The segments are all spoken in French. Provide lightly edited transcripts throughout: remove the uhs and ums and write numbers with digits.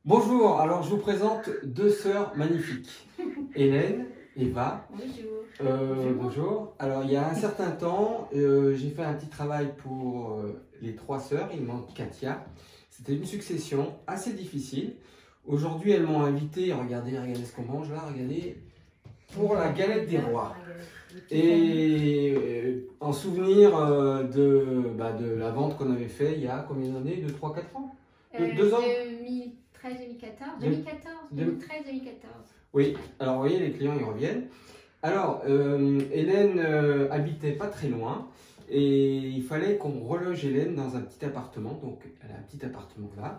Bonjour, alors je vous présente deux sœurs magnifiques, Hélène, Eva. Bonjour. Bonjour. Alors il y a un certain temps, j'ai fait un petit travail pour les trois sœurs, il manque Katia. C'était une succession assez difficile. Aujourd'hui elles m'ont invité, regardez ce qu'on mange là, regardez, pour la galette des rois. Et en souvenir de la vente qu'on avait fait il y a combien d'années? 2, 3, 4 ans? 2 ans? 2013, 2014, 2014, 2013, 2014. Oui, alors vous voyez, les clients ils reviennent. Alors, Hélène habitait pas très loin et il fallait qu'on reloge Hélène dans un petit appartement. Donc, elle a un petit appartement là.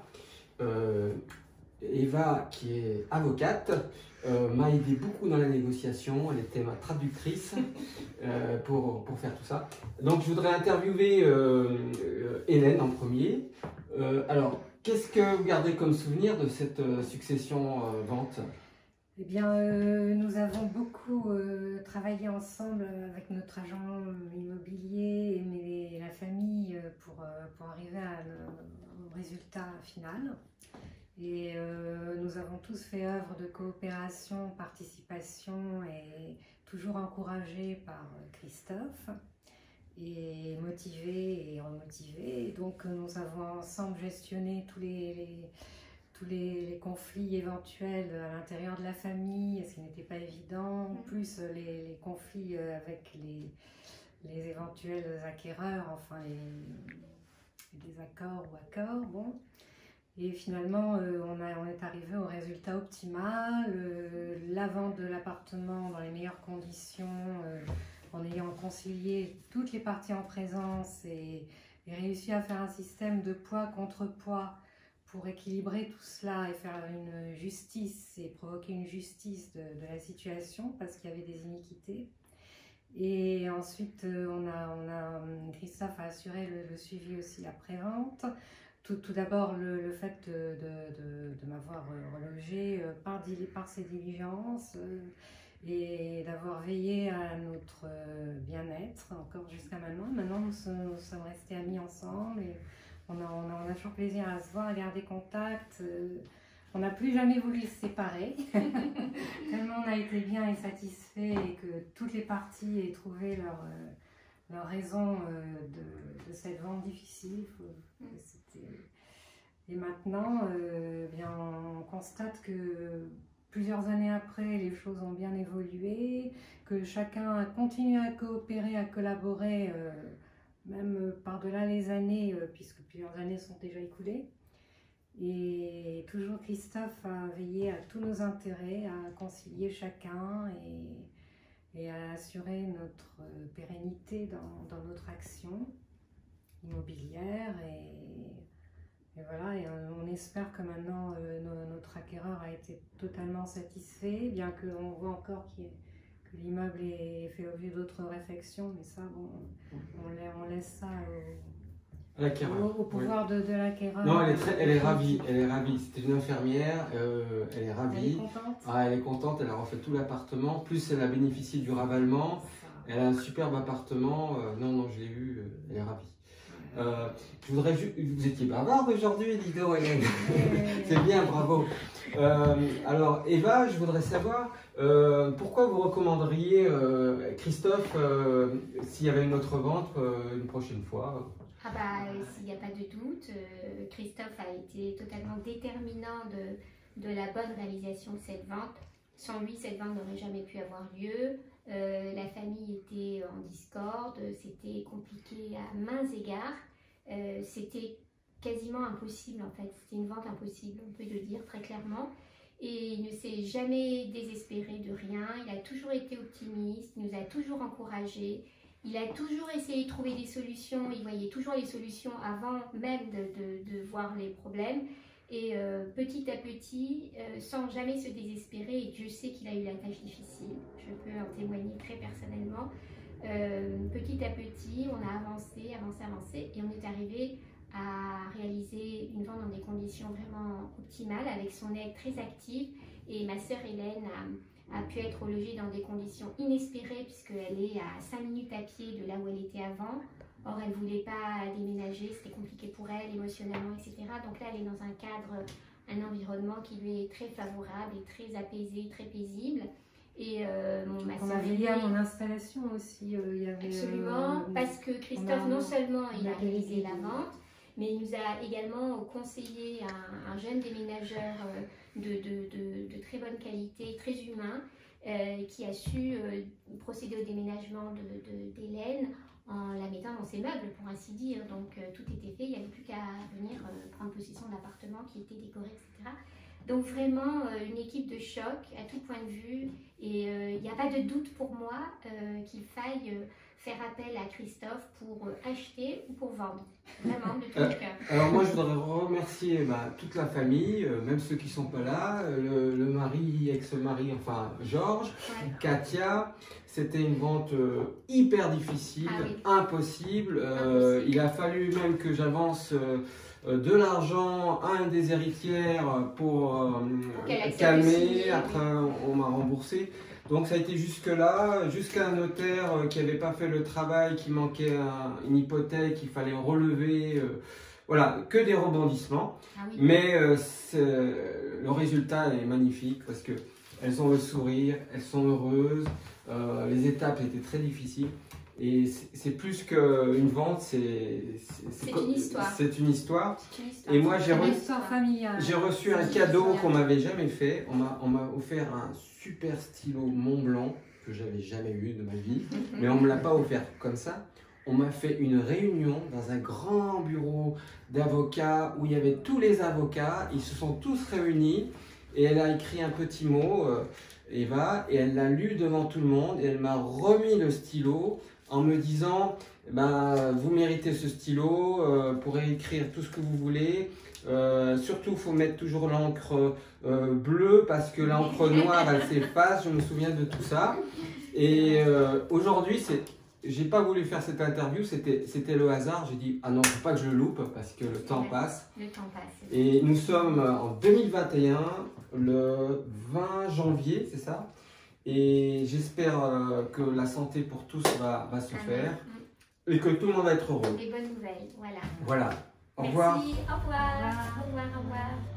Eva, qui est avocate, m'a aidé beaucoup dans la négociation. Elle était ma traductrice pour faire tout ça. Donc, je voudrais interviewer Hélène en premier. Alors, qu'est-ce que vous gardez comme souvenir de cette succession vente? Eh bien, nous avons beaucoup travaillé ensemble avec notre agent immobilier et la famille pour arriver au résultat final. Et nous avons tous fait œuvre de coopération, participation et toujours encouragés par Christophe et motivés et remotivés. Et donc, nous avons ensemble gestionné tous les conflits éventuels à l'intérieur de la famille, ce qui n'était pas évident, plus les conflits avec les éventuels acquéreurs, enfin les désaccords ou accords. Bon. Et finalement, on est arrivé au résultat optimal, la vente de l'appartement dans les meilleures conditions, en ayant concilié toutes les parties en présence et réussi à faire un système de poids contre poids pour équilibrer tout cela et faire une justice et provoquer une justice de la situation parce qu'il y avait des iniquités. Et ensuite, Christophe a assuré le suivi aussi après-vente. Tout d'abord, le fait de m'avoir relogé par ses diligences et d'avoir veillé à notre bien-être encore jusqu'à maintenant. Maintenant, nous sommes restés amis ensemble et on a toujours plaisir à se voir, à garder contact. On n'a plus jamais voulu se séparer, tellement on a été bien et satisfaits et que toutes les parties aient trouvé leur raison de cette vente difficile. Et maintenant, bien, on constate que plusieurs années après, les choses ont bien évolué, que chacun a continué à coopérer, à collaborer, même par-delà les années, puisque plusieurs années sont déjà écoulées. Et toujours Christophe a veillé à tous nos intérêts, à concilier chacun et à assurer notre pérennité dans notre action immobilière. Et voilà, et on espère que maintenant notre acquéreur a été totalement satisfait, bien qu'on voit encore que l'immeuble est fait l'objet d'autres réflexions, mais ça, bon, on laisse ça au pouvoir de l'acquéreur. Non, elle est ravie, C'était une infirmière, elle est ravie. Elle est contente. Ah, elle est contente, elle a refait tout l'appartement, plus elle a bénéficié du ravalement. Elle a un superbe appartement, non, je l'ai vu, elle est ravie. Je voudrais vous étiez bavarde aujourd'hui, dis donc, Hélène. C'est bien, bravo. Alors, Eva, je voudrais savoir pourquoi vous recommanderiez Christophe s'il y avait une autre vente une prochaine fois? Ah bah, s'il n'y a pas de doute, Christophe a été totalement déterminant de la bonne réalisation de cette vente. Sans lui, cette vente n'aurait jamais pu avoir lieu. La famille était en discorde, c'était compliqué à maints égards. C'était quasiment impossible en fait, c'était une vente impossible, on peut le dire très clairement. Et il ne s'est jamais désespéré de rien, il a toujours été optimiste, il nous a toujours encouragés. Il a toujours essayé de trouver des solutions, il voyait toujours les solutions avant même de voir les problèmes. Et petit à petit, sans jamais se désespérer, et Dieu sait qu'il a eu la tâche difficile, je peux en témoigner très personnellement, petit à petit, on a avancé, et on est arrivé à réaliser une vente dans des conditions vraiment optimales, avec son aide très active, et ma sœur Hélène a pu être logée dans des conditions inespérées puisqu'elle est à 5 minutes à pied de là où elle était avant. Or, elle ne voulait pas déménager, c'était compliqué pour elle émotionnellement, etc. Donc là, elle est dans un cadre un environnement qui lui est très favorable et très apaisé, très paisible. Et ma On sœur avait lié à mon installation aussi. Il y avait, absolument, parce que Christophe, non seulement il a réalisé la vente, mais il nous a également conseillé un jeune déménageur de très bonne qualité, très humain, qui a su procéder au déménagement d'Hélène en la mettant dans ses meubles, pour ainsi dire. Donc tout était fait, il n'y avait plus qu'à venir prendre possession de l'appartement qui était décoré, etc. Donc vraiment une équipe de choc à tout point de vue, et il n'y a pas de doute pour moi qu'il faille faire appel à Christophe pour acheter ou pour vendre, vraiment de tout le cœur. Alors moi je voudrais remercier toute la famille, même ceux qui ne sont pas là, le mari, ex-mari, enfin Georges, Ouais. Katia. C'était une vente hyper difficile, Ah oui. impossible. Il a fallu même que j'avance de l'argent à un des héritières pour qu'elle accepte de calmer. signer, Après, on m'a remboursé. Donc ça a été jusque-là, jusqu'à un notaire qui n'avait pas fait le travail, qui manquait une hypothèque, il fallait relever. Voilà, que des rebondissements. Ah oui. Mais le résultat est magnifique parce qu'elles ont le sourire, elles sont heureuses. Les étapes étaient très difficiles. Et c'est plus qu'une vente, c'est une histoire. C'est une histoire. C'est une histoire. Et moi, C'est une histoire familiale. j'ai reçu un cadeau qu'on m'avait jamais fait. On m'a offert un super stylo Montblanc que j'avais jamais eu de ma vie. Mais on ne me l'a pas offert comme ça. On m'a fait une réunion dans un grand bureau d'avocats où il y avait tous les avocats. Ils se sont tous réunis et elle a écrit un petit mot, Eva, et elle l'a lu devant tout le monde et elle m'a remis le stylo en me disant vous méritez ce stylo pour écrire tout ce que vous voulez. Surtout, il faut mettre toujours l'encre bleue parce que l'encre noire, elle s'efface. Je me souviens de tout ça. Et aujourd'hui, j'ai pas voulu faire cette interview, c'était le hasard. J'ai dit, ah non, faut pas que je le loupe parce que le temps passe. Le temps passe. Et nous sommes en 2021, le 20 janvier, c'est ça? Et j'espère que la santé pour tous va se faire et que tout le monde va être heureux. Des bonnes nouvelles, voilà. Voilà. Au revoir. Merci, au revoir. Au revoir, au revoir.